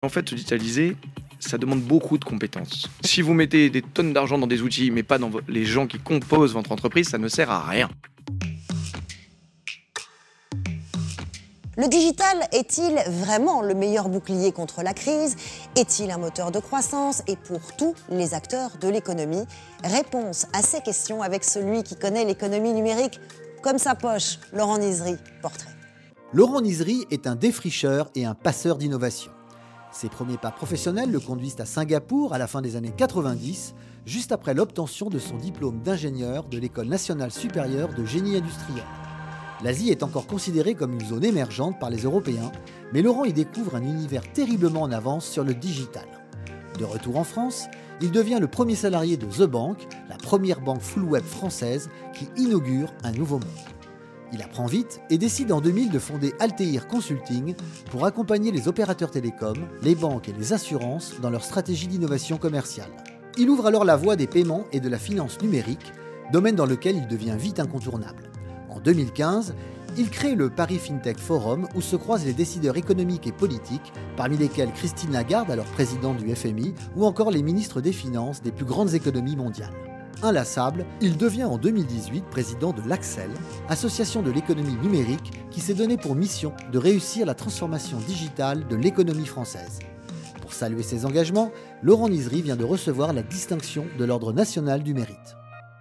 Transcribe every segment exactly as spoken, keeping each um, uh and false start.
En fait, se digitaliser, ça demande beaucoup de compétences. Si vous mettez des tonnes d'argent dans des outils, mais pas dans les gens qui composent votre entreprise, ça ne sert à rien. Le digital est-il vraiment le meilleur bouclier contre la crise? Est-il un moteur de croissance? Et pour tous les acteurs de l'économie, réponse à ces questions avec celui qui connaît l'économie numérique comme sa poche, Laurent Nizery, portrait. Laurent Nizery est un défricheur et un passeur d'innovation. Ses premiers pas professionnels le conduisent à Singapour à la fin des années quatre-vingt-dix, juste après l'obtention de son diplôme d'ingénieur de l'École nationale supérieure de génie industriel. L'Asie est encore considérée comme une zone émergente par les Européens, mais Laurent y découvre un univers terriblement en avance sur le digital. De retour en France, il devient le premier salarié de The Bank, la première banque full web française qui inaugure un nouveau monde. Il apprend vite et décide en deux mille de fonder Altair Consulting pour accompagner les opérateurs télécoms, les banques et les assurances dans leur stratégie d'innovation commerciale. Il ouvre alors la voie des paiements et de la finance numérique, domaine dans lequel il devient vite incontournable. En deux mille quinze, il crée le Paris FinTech Forum où se croisent les décideurs économiques et politiques, parmi lesquels Christine Lagarde, alors présidente du F M I, ou encore les ministres des Finances des plus grandes économies mondiales. Inlassable, il devient en deux mille dix-huit président de l'Axel, association de l'économie numérique qui s'est donné pour mission de réussir la transformation digitale de l'économie française. Pour saluer ses engagements, Laurent Nizery vient de recevoir la distinction de l'Ordre national du mérite.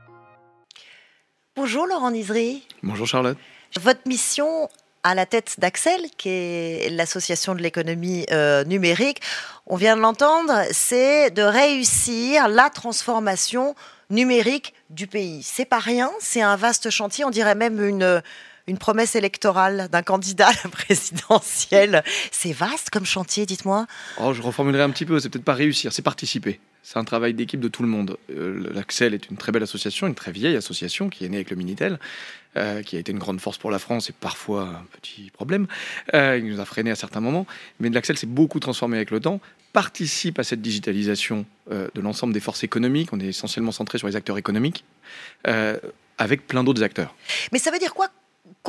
Bonjour Laurent Nizery. Bonjour Charlotte. Votre mission à la tête d'Axel, qui est l'association de l'économie euh, numérique, on vient de l'entendre, c'est de réussir la transformation numérique du pays. C'est pas rien, c'est un vaste chantier, on dirait même une, une promesse électorale d'un candidat à la présidentielle. C'est vaste comme chantier, dites-moi. Oh, je reformulerai un petit peu, c'est peut-être pas réussir, c'est participer. C'est un travail d'équipe de tout le monde. Euh, L'Axel est une très belle association, une très vieille association qui est née avec le Minitel, euh, qui a été une grande force pour la France et parfois un petit problème. Euh, il nous a freinés à certains moments. Mais l'Axel s'est beaucoup transformé avec le temps, participe à cette digitalisation euh, de l'ensemble des forces économiques. On est essentiellement centré sur les acteurs économiques, euh, avec plein d'autres acteurs. Mais ça veut dire quoi concrètement ?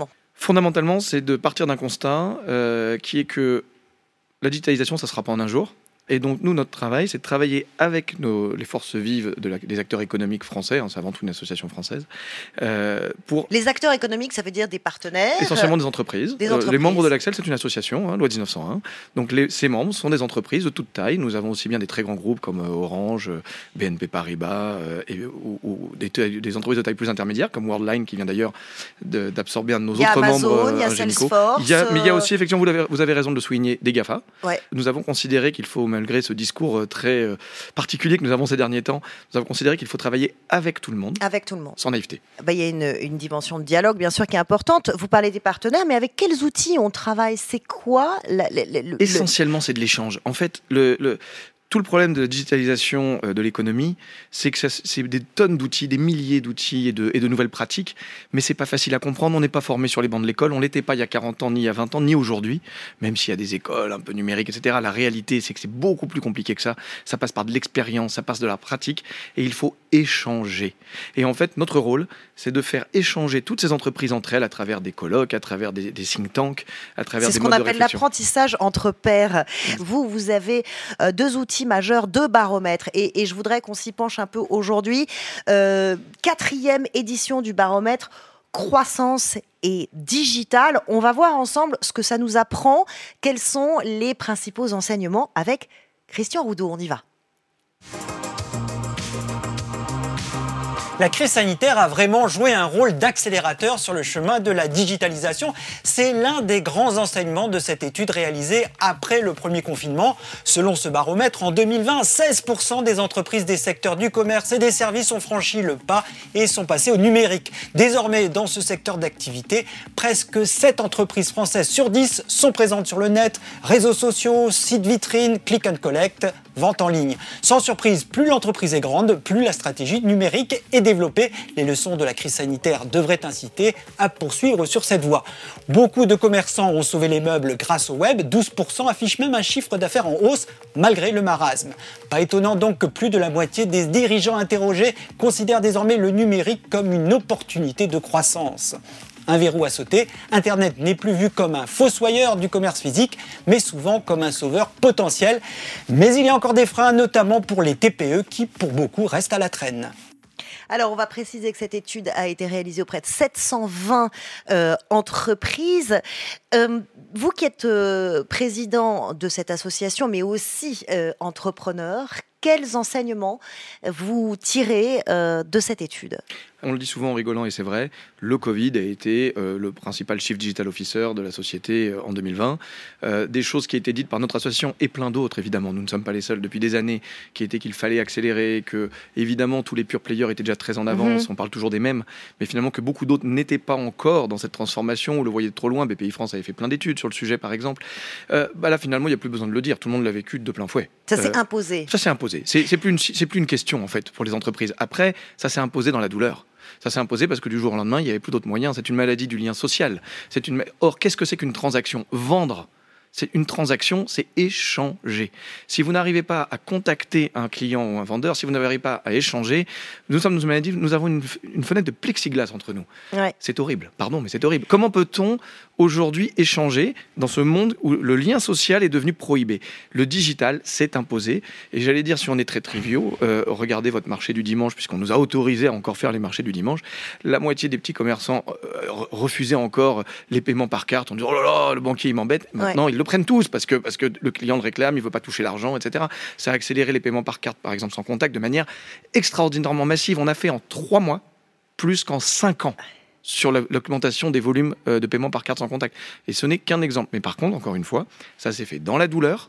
Fondamentalement, c'est de partir d'un constat euh, qui est que la digitalisation, ça ne sera pas en un jour. Et donc, nous, notre travail, c'est de travailler avec nos, les forces vives de la, des acteurs économiques français, hein, c'est avant tout une association française, euh, pour... Les acteurs économiques, ça veut dire des partenaires ? Essentiellement des entreprises. Des entreprises. Euh, les membres de l'Axel, c'est une association, hein, loi dix-neuf cent un. Donc, les, ces membres sont des entreprises de toute taille. Nous avons aussi bien des très grands groupes comme euh, Orange, euh, B N P Paribas, euh, et, ou, ou des, des entreprises de taille plus intermédiaire, comme Worldline, qui vient d'ailleurs de, d'absorber un de nos autres Amazon, membres. Il y a Amazon, il y a Salesforce. Il y a, mais il y a aussi, effectivement, vous avez, vous avez raison de le souligner, des GAFA. Ouais. Nous avons considéré qu'il faut, malgré ce discours très euh, particulier que nous avons ces derniers temps, nous avons considéré qu'il faut travailler avec tout le monde. Avec tout le monde. Sans naïveté. Bah, il y a une, une dimension de dialogue, bien sûr, qui est importante. Vous parlez des partenaires, mais avec quels outils on travaille ? C'est quoi la, la, la, le, Essentiellement, c'est de l'échange. En fait, le... le tout le problème de la digitalisation de l'économie, c'est que ça, c'est des tonnes d'outils, des milliers d'outils et de, et de nouvelles pratiques, mais c'est pas facile à comprendre. On n'est pas formé sur les bancs de l'école, on l'était pas il y a quarante ans, ni il y a vingt ans, ni aujourd'hui, même s'il y a des écoles un peu numériques, et cetera. La réalité, c'est que c'est beaucoup plus compliqué que ça. Ça passe par de l'expérience, ça passe de la pratique, et il faut échanger. Et en fait, notre rôle, c'est de faire échanger toutes ces entreprises entre elles à travers des colloques, à travers des, des think tanks, à travers des modes de réflexion. C'est ce qu'on appelle l'apprentissage entre pairs. Vous, vous avez euh, deux outils majeurs, deux baromètres, et, et je voudrais qu'on s'y penche un peu aujourd'hui. Euh, quatrième édition du baromètre croissance et digital. On va voir ensemble ce que ça nous apprend, quels sont les principaux enseignements avec Christian Roudot. On y va. La crise sanitaire a vraiment joué un rôle d'accélérateur sur le chemin de la digitalisation. C'est l'un des grands enseignements de cette étude réalisée après le premier confinement. Selon ce baromètre, en deux mille vingt, seize pour cent des entreprises des secteurs du commerce et des services ont franchi le pas et sont passées au numérique. Désormais, dans ce secteur d'activité, presque sept entreprises françaises sur dix sont présentes sur le net, réseaux sociaux, sites vitrines, click and collect, vente en ligne. Sans surprise, plus l'entreprise est grande, plus la stratégie numérique est développée. Les leçons de la crise sanitaire devraient inciter à poursuivre sur cette voie. Beaucoup de commerçants ont sauvé les meubles grâce au web. douze pour cent affichent même un chiffre d'affaires en hausse malgré le marasme. Pas étonnant donc que plus de la moitié des dirigeants interrogés considèrent désormais le numérique comme une opportunité de croissance. un verrou à sauter. Internet n'est plus vu comme un fossoyeur du commerce physique, mais souvent comme un sauveur potentiel. Mais il y a encore des freins, notamment pour les T P E, qui pour beaucoup restent à la traîne. Alors, on va préciser que cette étude a été réalisée auprès de sept cent vingt euh, entreprises. Euh, vous qui êtes euh, président de cette association, mais aussi euh, entrepreneur, quels enseignements vous tirez euh, de cette étude ? On le dit souvent en rigolant et c'est vrai, le Covid a été euh, le principal Chief Digital Officer de la société euh, en deux mille vingt. Euh, des choses qui étaient dites par notre association et plein d'autres évidemment, nous ne sommes pas les seuls depuis des années, qui étaient qu'il fallait accélérer, que évidemment tous les pure players étaient déjà très en avance, mm-hmm. on parle toujours des mêmes, mais finalement que beaucoup d'autres n'étaient pas encore dans cette transformation ou le voyaient de trop loin. B P I France avait fait plein d'études sur le sujet par exemple. Euh, bah là finalement il n'y a plus besoin de le dire, tout le monde l'a vécu de plein fouet. Ça s'est euh, imposé. Ça s'est imposé. C'est, c'est, plus une, c'est plus une question en fait pour les entreprises. Après, ça s'est imposé dans la douleur. Ça s'est imposé parce que du jour au lendemain, il n'y avait plus d'autres moyens. C'est une maladie du lien social. C'est une... Or, qu'est-ce que c'est qu'une transaction ? Vendre, c'est une transaction, c'est échanger. Si vous n'arrivez pas à contacter un client ou un vendeur, si vous n'arrivez pas à échanger, nous sommes dans une maladie, nous avons une, une fenêtre de plexiglas entre nous. Ouais. C'est horrible, pardon, mais c'est horrible. Comment peut-on aujourd'hui échanger dans ce monde où le lien social est devenu prohibé ? Le digital s'est imposé. Et j'allais dire, si on est très triviaux, euh, regardez votre marché du dimanche, puisqu'on nous a autorisé à encore faire les marchés du dimanche. La moitié des petits commerçants euh, refusaient encore les paiements par carte. On dit, oh là là, le banquier, il m'embête. Maintenant, ouais. ils le prennent tous parce que, parce que le client le réclame, il ne veut pas toucher l'argent, et cetera. Ça a accéléré les paiements par carte, par exemple, sans contact, de manière extraordinairement massive. On a fait en trois mois plus qu'en cinq ans sur l'augmentation des volumes de paiement par carte sans contact. Et ce n'est qu'un exemple. Mais par contre, encore une fois, ça s'est fait dans la douleur,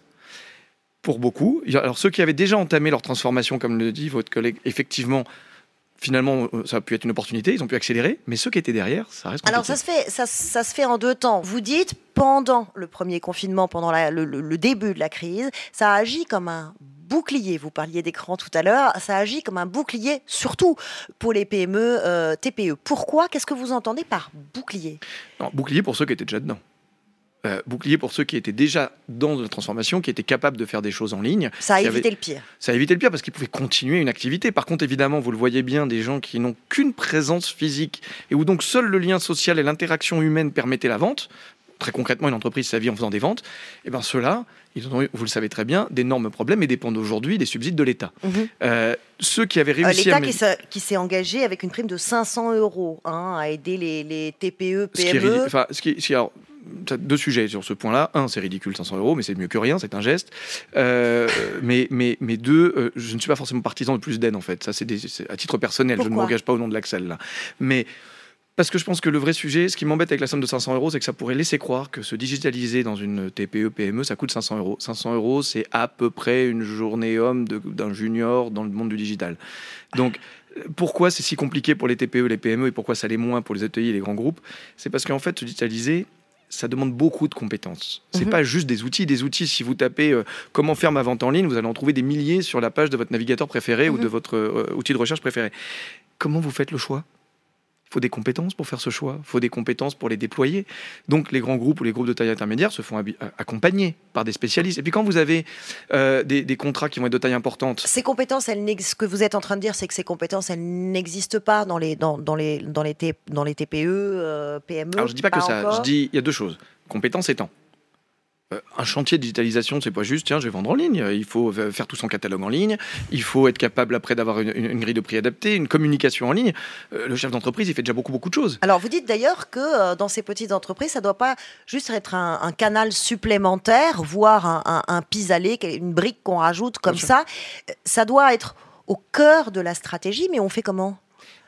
pour beaucoup. Alors, ceux qui avaient déjà entamé leur transformation, comme le dit votre collègue, effectivement, finalement, ça a pu être une opportunité, ils ont pu accélérer, mais ceux qui étaient derrière, ça reste compliqué. Alors, ça se fait, ça, ça se fait en deux temps. Vous dites, pendant le premier confinement, pendant la, le, le début de la crise, ça a agi comme un bouclier. Vous parliez d'écran tout à l'heure, ça agit comme un bouclier, surtout pour les P M E, euh, T P E. Pourquoi ? Qu'est-ce que vous entendez par bouclier ? Non, bouclier pour ceux qui étaient déjà dedans. Euh, bouclier pour ceux qui étaient déjà dans la transformation, qui étaient capables de faire des choses en ligne. Ça a évité avait... le pire. Ça a évité le pire parce qu'ils pouvaient continuer une activité. Par contre, évidemment, vous le voyez bien, des gens qui n'ont qu'une présence physique et où donc seul le lien social et l'interaction humaine permettaient la vente. Très concrètement, une entreprise sa vie en faisant des ventes, et bien ceux-là, ils ont eu, vous le savez très bien, d'énormes problèmes et dépendent aujourd'hui des subsides de l'État. Mmh. Euh, ceux qui avaient réussi euh, L'État à... qui, s'est, qui s'est engagé avec une prime de cinq cents euros hein, à aider les, les T P E, P M E. Ce qui est, enfin, ce qui est, alors, deux sujets sur ce point-là. Un, c'est ridicule, cinq cents euros, mais c'est mieux que rien, c'est un geste. Euh, mais, mais, mais deux, euh, je ne suis pas forcément partisan de plus d'aide, en fait. Ça, c'est, des, c'est à titre personnel. Pourquoi ? Je ne m'engage pas au nom de l'Axel, là. Mais... Parce que je pense que le vrai sujet, ce qui m'embête avec la somme de cinq cents euros, c'est que ça pourrait laisser croire que se digitaliser dans une T P E, P M E, ça coûte cinq cents euros. cinq cents euros, c'est à peu près une journée homme de, d'un junior dans le monde du digital. Donc, pourquoi c'est si compliqué pour les T P E, les P M E, et pourquoi ça l'est moins pour les E T I et les grands groupes ? C'est parce qu'en fait, se digitaliser, ça demande beaucoup de compétences. C'est mmh. pas juste des outils. Des outils, si vous tapez euh, « comment faire ma vente en ligne », vous allez en trouver des milliers sur la page de votre navigateur préféré mmh. ou de votre euh, outil de recherche préféré. Comment vous faites le choix ? Il faut des compétences pour faire ce choix, il faut des compétences pour les déployer. Donc les grands groupes ou les groupes de taille intermédiaire se font accompagner par des spécialistes. Et puis quand vous avez euh, des, des contrats qui vont être de taille importante... Ces compétences, elles ce que vous êtes en train de dire, c'est que ces compétences, elles n'existent pas dans les, dans, dans les, dans les, T, dans les T P E, euh, P M E. Alors je ne dis pas, pas que ça, encore. Je dis il y a deux choses, compétences et temps. Euh, un chantier de digitalisation, c'est pas juste, tiens, je vais vendre en ligne. Il faut faire tout son catalogue en ligne. Il faut être capable après d'avoir une, une, une grille de prix adaptée, une communication en ligne. Euh, le chef d'entreprise, il fait déjà beaucoup, beaucoup de choses. Alors, vous dites d'ailleurs que euh, dans ces petites entreprises, ça doit pas juste être un, un canal supplémentaire, voire un, un, un pis-aller, une brique qu'on rajoute comme ça. Ça doit être au cœur de la stratégie, mais on fait comment ?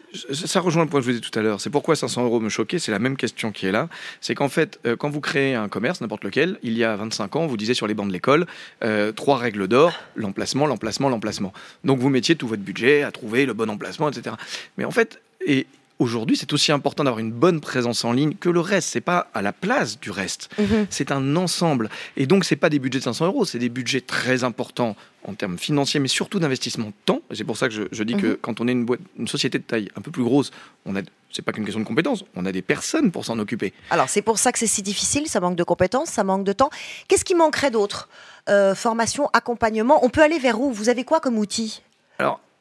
Ça rejoint le point que je vous disais tout à l'heure. C'est pourquoi cinq cents euros me choquait. C'est la même question qui est là. C'est qu'en fait, euh, quand vous créez un commerce, n'importe lequel, il y a vingt-cinq ans, vous disiez sur les bancs de l'école, euh, trois règles d'or, l'emplacement, l'emplacement, l'emplacement. Donc vous mettiez tout votre budget à trouver le bon emplacement, et cetera. Mais en fait, et aujourd'hui, c'est aussi important d'avoir une bonne présence en ligne que le reste. C'est pas à la place du reste. Mmh. C'est un ensemble. Et donc, c'est pas des budgets de cinq cents euros. C'est des budgets très importants en termes financiers, mais surtout d'investissement de temps. Et c'est pour ça que je, je dis mmh. que quand on est une, boîte, une société de taille un peu plus grosse, on a, c'est pas qu'une question de compétences. On a des personnes pour s'en occuper. Alors, c'est pour ça que c'est si difficile. Ça manque de compétences, ça manque de temps. Qu'est-ce qui manquerait d'autre ? euh, Formation, accompagnement. On peut aller vers où ? Vous avez quoi comme outil ? Alors,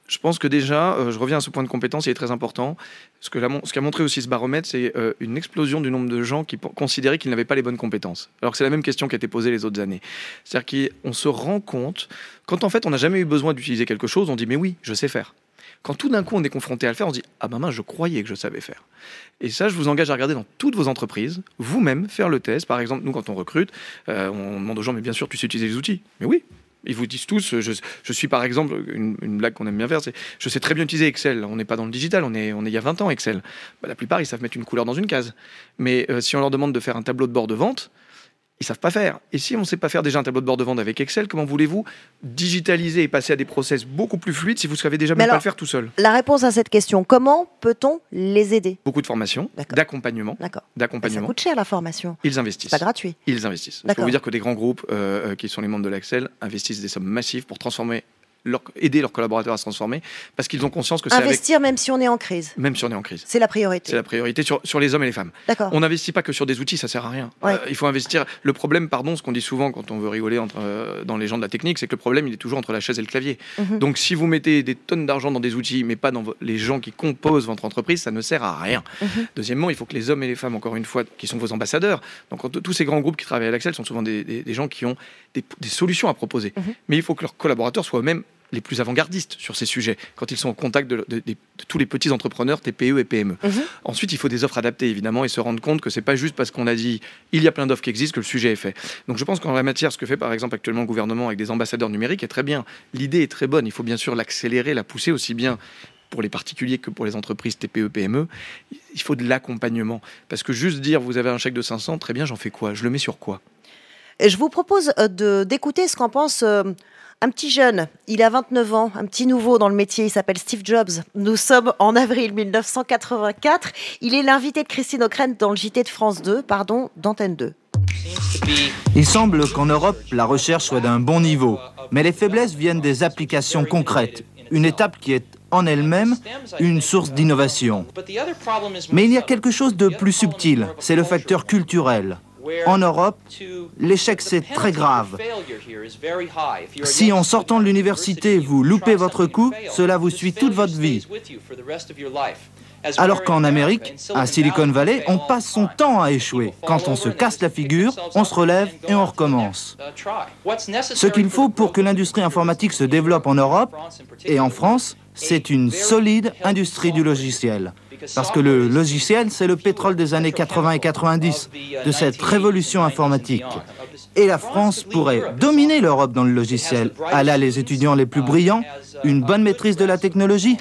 Je pense que déjà, euh, je reviens à ce point de compétence, il est très important. Ce que la, ce qu'a montré aussi ce baromètre, c'est euh, une explosion du nombre de gens qui p- considéraient qu'ils n'avaient pas les bonnes compétences. Alors que c'est la même question qui a été posée les autres années. C'est-à-dire qu'on se rend compte, quand en fait on n'a jamais eu besoin d'utiliser quelque chose, on dit mais oui, je sais faire. Quand tout d'un coup on est confronté à le faire, on se dit ah ben mince, je croyais que je savais faire. Et ça, je vous engage à regarder dans toutes vos entreprises, vous-même faire le test. Par exemple, nous quand on recrute, euh, on demande aux gens mais bien sûr tu sais utiliser les outils. Mais oui. Ils vous disent tous, je, je suis par exemple, une, une blague qu'on aime bien faire, c'est je sais très bien utiliser Excel. On n'est pas dans le digital, on est, on est il y a vingt ans Excel. Bah, la plupart, ils savent mettre une couleur dans une case. Mais euh, si on leur demande de faire un tableau de bord de vente, ils savent pas faire. Et si on ne sait pas faire déjà un tableau de bord de vente avec Excel, comment voulez-vous digitaliser et passer à des process beaucoup plus fluides si vous ne savez déjà Mais même alors, pas le faire tout seul? La réponse à cette question, comment peut-on les aider? Beaucoup de formation, D'accord. d'accompagnement. D'accord. Ça d'accompagnement. coûte cher la formation. Ils C'est investissent. pas gratuit. Ils investissent. Il faut D'accord. vous dire que des grands groupes euh, euh, qui sont les membres de l'Axel investissent des sommes massives pour transformer leur, aider leurs collaborateurs à se transformer parce qu'ils ont conscience que c'est avec, Investir même si on est en crise. même si on est en crise. C'est la priorité. C'est la priorité sur, sur les hommes et les femmes. D'accord. On n'investit pas que sur des outils, ça sert à rien. Ouais. Euh, il faut investir. Le problème, pardon, ce qu'on dit souvent quand on veut rigoler entre, euh, dans les gens de la technique, c'est que le problème, il est toujours entre la chaise et le clavier. Mhm. Donc, si vous mettez des tonnes d'argent dans des outils, mais pas dans vo- les gens qui composent votre entreprise, ça ne sert à rien. Mhm. Deuxièmement, il faut que les hommes et les femmes, encore une fois, qui sont vos ambassadeurs, donc quand- tous ces grands groupes qui travaillent à l'Axel sont souvent des, des- des gens qui ont des, des solutions à proposer. Mhm. Mais il faut que leurs collaborateurs soient eux-mêmes les plus avant-gardistes sur ces sujets, quand ils sont au contact de, de- de- de tous les petits entrepreneurs, T P E et P M E. Mhm. Ensuite, il faut des offres adaptées, évidemment, et se rendre compte que c'est pas juste parce qu'on a dit il y a plein d'offres qui existent que le sujet est fait. Donc je pense qu'en la matière, ce que fait par exemple actuellement le gouvernement avec des ambassadeurs numériques est très bien. L'idée est très bonne. Il faut bien sûr l'accélérer, la pousser aussi bien pour les particuliers que pour les entreprises T P E, P M E. Il faut de l'accompagnement. Parce que juste dire vous avez un chèque de cinq cents, très bien, j'en fais quoi? Je le mets sur quoi? Et je vous propose euh, de, d'écouter ce qu'en pense euh, un petit jeune. Il a vingt-neuf ans, un petit nouveau dans le métier. Il s'appelle Steve Jobs. Nous sommes en avril mille neuf cent quatre-vingt-quatre. Il est l'invité de Christine O'Krent dans le J T de France deux, pardon, d'Antenne deux. Il semble qu'en Europe, la recherche soit d'un bon niveau, mais les faiblesses viennent des applications concrètes, une étape qui est en elle-même une source d'innovation. Mais il y a quelque chose de plus subtil, c'est le facteur culturel. En Europe, l'échec c'est très grave. Si en sortant de l'université vous loupez votre coup, cela vous suit toute votre vie. Alors qu'en Amérique, à Silicon Valley, on passe son temps à échouer. Quand on se casse la figure, on se relève et on recommence. Ce qu'il faut pour que l'industrie informatique se développe en Europe et en France, c'est une solide industrie du logiciel. Parce que le logiciel, c'est le pétrole des années quatre-vingts et quatre-vingt-dix, de cette révolution informatique. Et la France pourrait dominer l'Europe dans le logiciel. Elle a les étudiants les plus brillants, une bonne maîtrise de la technologie.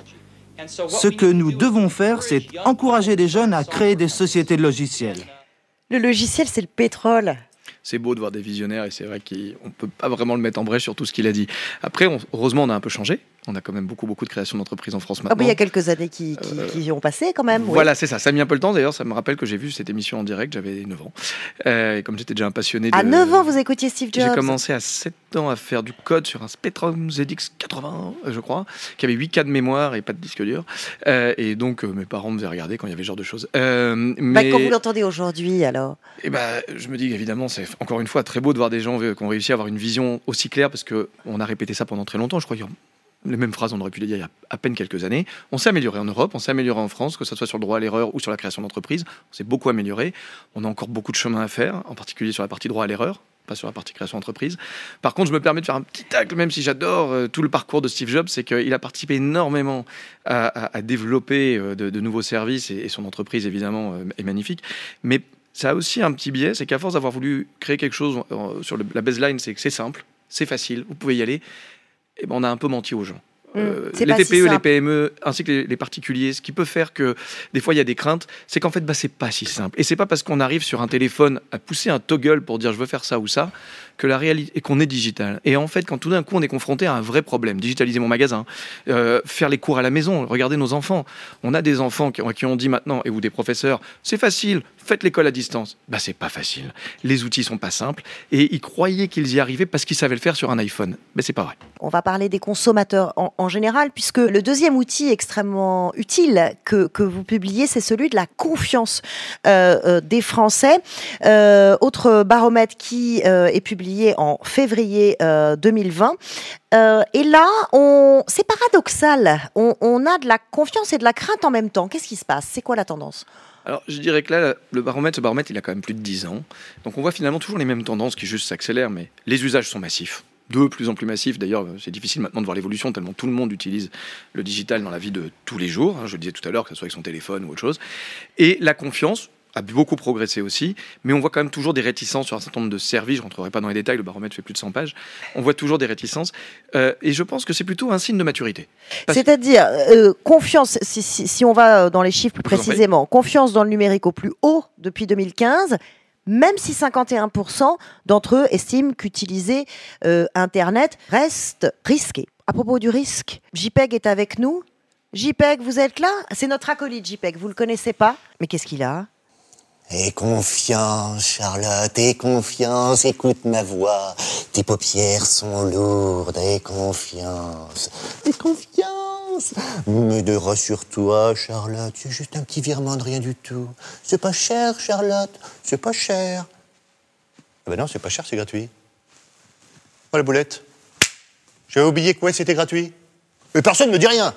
Ce que nous devons faire, c'est encourager des jeunes à créer des sociétés de logiciels. Le logiciel, c'est le pétrole. C'est beau de voir des visionnaires et c'est vrai qu'on ne peut pas vraiment le mettre en brèche sur tout ce qu'il a dit. Après, on, heureusement, on a un peu changé. On a quand même beaucoup, beaucoup de créations d'entreprises en France Ah maintenant. oui, il y a quelques années qui, qui, Euh, qui ont passé quand même. oui. Voilà, c'est ça. Ça a mis un peu le temps. D'ailleurs, ça me rappelle que j'ai vu cette émission en direct. J'avais neuf ans. Euh, et comme j'étais déjà un passionné de... À neuf ans, vous écoutiez Steve Jobs. J'ai commencé à sept ans à faire du code sur un Spectrum Z X quatre-vingts, euh, je crois, qui avait huit K de mémoire et pas de disque dur. Euh, et donc, euh, mes parents me faisaient regarder quand il y avait ce genre de choses. Euh, Bah, mais... quand vous l'entendez aujourd'hui, alors Et ben, je me dis évidemment, c'est encore une fois très beau de voir des gens qui ont réussi à avoir une vision aussi claire parce qu'on a répété ça pendant très longtemps. Je crois que les mêmes phrases, on aurait pu les dire il y a à peine quelques années. On s'est amélioré en Europe, on s'est amélioré en France, que ce soit sur le droit à l'erreur ou sur la création d'entreprises. On s'est beaucoup amélioré. On a encore beaucoup de chemin à faire, en particulier sur la partie droit à l'erreur, pas sur la partie création d'entreprise. Par contre, je me permets de faire un petit tacle, même si j'adore euh, tout le parcours de Steve Jobs, c'est qu'il a participé énormément à, à, à développer euh, de, de nouveaux services et, et son entreprise, évidemment, euh, est magnifique. Mais ça a aussi un petit biais, c'est qu'à force d'avoir voulu créer quelque chose euh, sur le, la baseline, c'est que c'est simple, c'est facile, vous pouvez y aller, et ben on a un peu menti aux gens. Euh, c'est les pas T si P E, les simple. P M E, ainsi que les, les particuliers, ce qui peut faire que des fois il y a des craintes, c'est qu'en fait bah, c'est pas si simple. Et c'est pas parce qu'on arrive sur un téléphone à pousser un toggle pour dire je veux faire ça ou ça, que la réalité et qu'on est digital. Et en fait, quand tout d'un coup on est confronté à un vrai problème, digitaliser mon magasin, euh, faire les cours à la maison, regarder nos enfants. On a des enfants qui, qui ont dit maintenant, et ou des professeurs, c'est facile, faites l'école à distance. Bah c'est pas facile. Les outils sont pas simples et ils croyaient qu'ils y arrivaient parce qu'ils savaient le faire sur un iPhone. Mais c'est pas vrai. On On va parler des consommateurs en, en général, puisque le deuxième outil extrêmement utile que, que vous publiez, c'est celui de la confiance euh, euh, des Français. Euh, autre baromètre qui euh, est publié en février euh, deux mille vingt. Euh, et là, on... c'est paradoxal. On, on a de la confiance et de la crainte en même temps. Qu'est-ce qui se passe ? C'est quoi la tendance ? Alors, je dirais que là, le baromètre, ce baromètre, il a quand même plus de dix ans. Donc, on voit finalement toujours les mêmes tendances qui juste s'accélèrent, mais les usages sont massifs. De plus en plus massifs. D'ailleurs, c'est difficile maintenant de voir l'évolution tellement tout le monde utilise le digital dans la vie de tous les jours. Je le disais tout à l'heure, que ce soit avec son téléphone ou autre chose. Et la confiance a beaucoup progressé aussi, mais on voit quand même toujours des réticences sur un certain nombre de services. Je ne rentrerai pas dans les détails, le baromètre fait plus de cent pages. On voit toujours des réticences. Euh, et je pense que c'est plutôt un signe de maturité. Parce C'est-à-dire, euh, confiance, si, si, si on va dans les chiffres plus précisément, confiance dans le numérique au plus haut depuis deux mille quinze, même si cinquante et un pour cent d'entre eux estiment qu'utiliser euh, Internet reste risqué. À propos du risque, JPEG est avec nous. JPEG, vous êtes là ? C'est notre acolyte JPEG, vous ne le connaissez pas ? Mais qu'est-ce qu'il a ? Aie confiance, Charlotte, aie confiance, écoute ma voix. Tes paupières sont lourdes, aie confiance, aie confiance. Mais de rassure-toi, Charlotte, c'est juste un petit virement de rien du tout. C'est pas cher, Charlotte, c'est pas cher. Ah ben non, c'est pas cher, c'est gratuit. Oh la boulette. J'avais oublié que ouais, c'était gratuit. Mais personne ne me dit rien.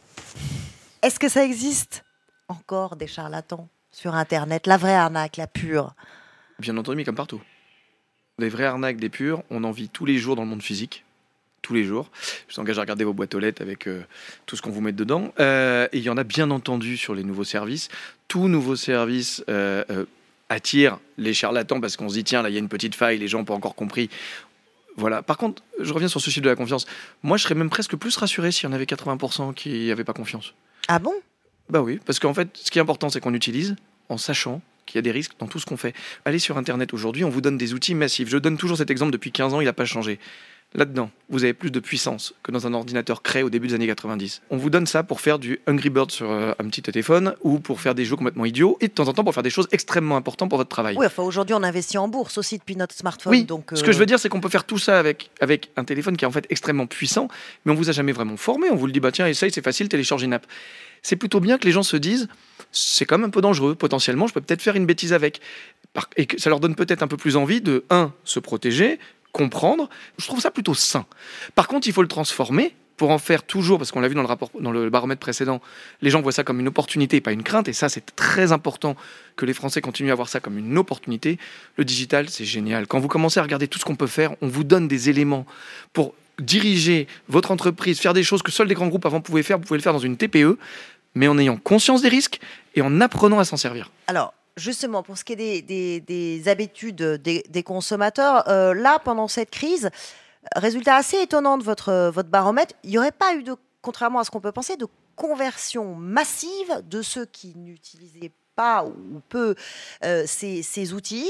Est-ce que ça existe encore des charlatans sur Internet, la vraie arnaque, la pure? Bien entendu, mais comme partout. Les vraies arnaques, des pures, on en vit tous les jours dans le monde physique. Tous les jours. Je vous engage à regarder vos boîtes aux lettres avec euh, tout ce qu'on vous met dedans. Euh, et il y en a bien entendu sur les nouveaux services. Tout nouveau service euh, euh, attire les charlatans parce qu'on se dit, tiens, là, il y a une petite faille, les gens n'ont pas encore compris. Voilà. Par contre, je reviens sur ce chiffre de la confiance. Moi, je serais même presque plus rassuré s'il y en avait quatre-vingts pour cent qui n'avaient pas confiance. Ah bon? Bah oui, parce qu'en fait, ce qui est important, c'est qu'on utilise en sachant qu'il y a des risques dans tout ce qu'on fait. Allez sur Internet aujourd'hui, on vous donne des outils massifs. Je donne toujours cet exemple depuis quinze ans, il n'a pas changé. Là-dedans, vous avez plus de puissance que dans un ordinateur créé au début des années quatre-vingt-dix. On vous donne ça pour faire du Angry Bird sur euh, un petit téléphone ou pour faire des jeux complètement idiots et de temps en temps pour faire des choses extrêmement importantes pour votre travail. Oui, enfin aujourd'hui on investit en bourse aussi depuis notre smartphone. Oui, donc, euh... ce que je veux dire c'est qu'on peut faire tout ça avec, avec un téléphone qui est en fait extrêmement puissant, mais on vous a jamais vraiment formé. On vous le dit, bah tiens, essaye, c'est facile, télécharge une app. C'est plutôt bien que les gens se disent, c'est quand même un peu dangereux, potentiellement, je peux peut-être faire une bêtise avec. Et que ça leur donne peut-être un peu plus envie de, un, se protéger, comprendre. Je trouve ça plutôt sain. Par contre, il faut le transformer pour en faire toujours, parce qu'on l'a vu dans le, rapport, dans le baromètre précédent, les gens voient ça comme une opportunité et pas une crainte, et ça, c'est très important que les Français continuent à voir ça comme une opportunité. Le digital, c'est génial. Quand vous commencez à regarder tout ce qu'on peut faire, on vous donne des éléments pour diriger votre entreprise, faire des choses que seuls des grands groupes avant pouvaient faire, vous pouvez le faire dans une T P E, mais en ayant conscience des risques et en apprenant à s'en servir. Alors, justement, pour ce qui est des, des, des habitudes des, des consommateurs, euh, là, pendant cette crise, résultat assez étonnant de votre, votre baromètre, il n'y aurait pas eu, de, contrairement à ce qu'on peut penser, de conversion massive de ceux qui n'utilisaient pas ou peu euh, ces, ces outils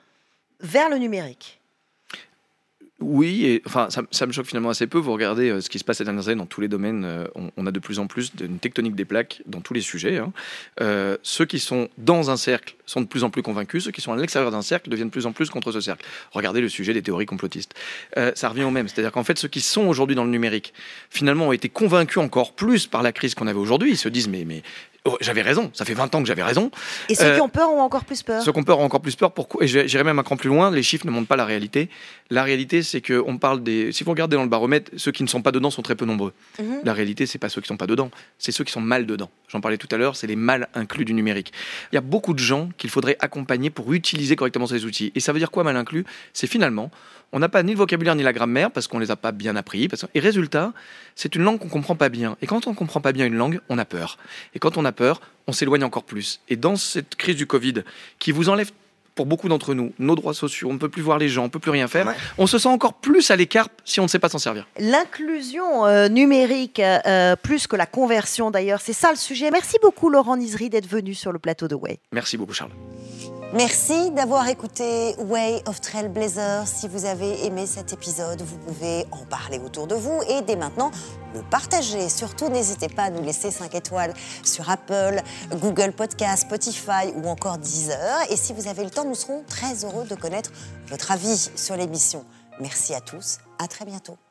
vers le numérique. Oui, et enfin, ça, ça me choque finalement assez peu. Vous regardez euh, ce qui se passe ces dernières années dans tous les domaines. Euh, on, on a de plus en plus d'une tectonique des plaques dans tous les sujets. Hein. Euh, ceux qui sont dans un cercle sont de plus en plus convaincus. Ceux qui sont à l'extérieur d'un cercle deviennent de plus en plus contre ce cercle. Regardez le sujet des théories complotistes. Euh, ça revient au même. C'est-à-dire qu'en fait, ceux qui sont aujourd'hui dans le numérique, finalement, ont été convaincus encore plus par la crise qu'on avait aujourd'hui. Ils se disent, mais... mais oh, j'avais raison, ça fait vingt ans que j'avais raison. Et ceux euh, qui ont peur ont encore plus peur. Ceux qui ont peur ont encore plus peur. Pourquoi ? Et j'irai même un cran plus loin, les chiffres ne montrent pas la réalité. La réalité, c'est qu'on parle des... Si vous regardez dans le baromètre, ceux qui ne sont pas dedans sont très peu nombreux. Mm-hmm. La réalité, c'est pas ceux qui ne sont pas dedans, c'est ceux qui sont mal dedans. J'en parlais tout à l'heure, c'est les mal inclus du numérique. Il y a beaucoup de gens qu'il faudrait accompagner pour utiliser correctement ces outils. Et ça veut dire quoi, mal inclus ? C'est finalement... On n'a pas ni le vocabulaire ni la grammaire parce qu'on ne les a pas bien appris. Parce que... Et résultat, c'est une langue qu'on ne comprend pas bien. Et quand on ne comprend pas bien une langue, on a peur. Et quand on a peur, on s'éloigne encore plus. Et dans cette crise du Covid, qui vous enlève, pour beaucoup d'entre nous, nos droits sociaux, on ne peut plus voir les gens, on ne peut plus rien faire, ouais. On se sent encore plus à l'écart si on ne sait pas s'en servir. L'inclusion euh, numérique, euh, plus que la conversion d'ailleurs, c'est ça le sujet. Merci beaucoup Laurent Nizri d'être venu sur le plateau de Way. Merci beaucoup Charles. Merci d'avoir écouté Way of Trailblazers. Si vous avez aimé cet épisode, vous pouvez en parler autour de vous et dès maintenant le partager. Surtout, n'hésitez pas à nous laisser cinq étoiles sur Apple, Google Podcast, Spotify ou encore Deezer. Et si vous avez le temps, nous serons très heureux de connaître votre avis sur l'émission. Merci à tous, à très bientôt.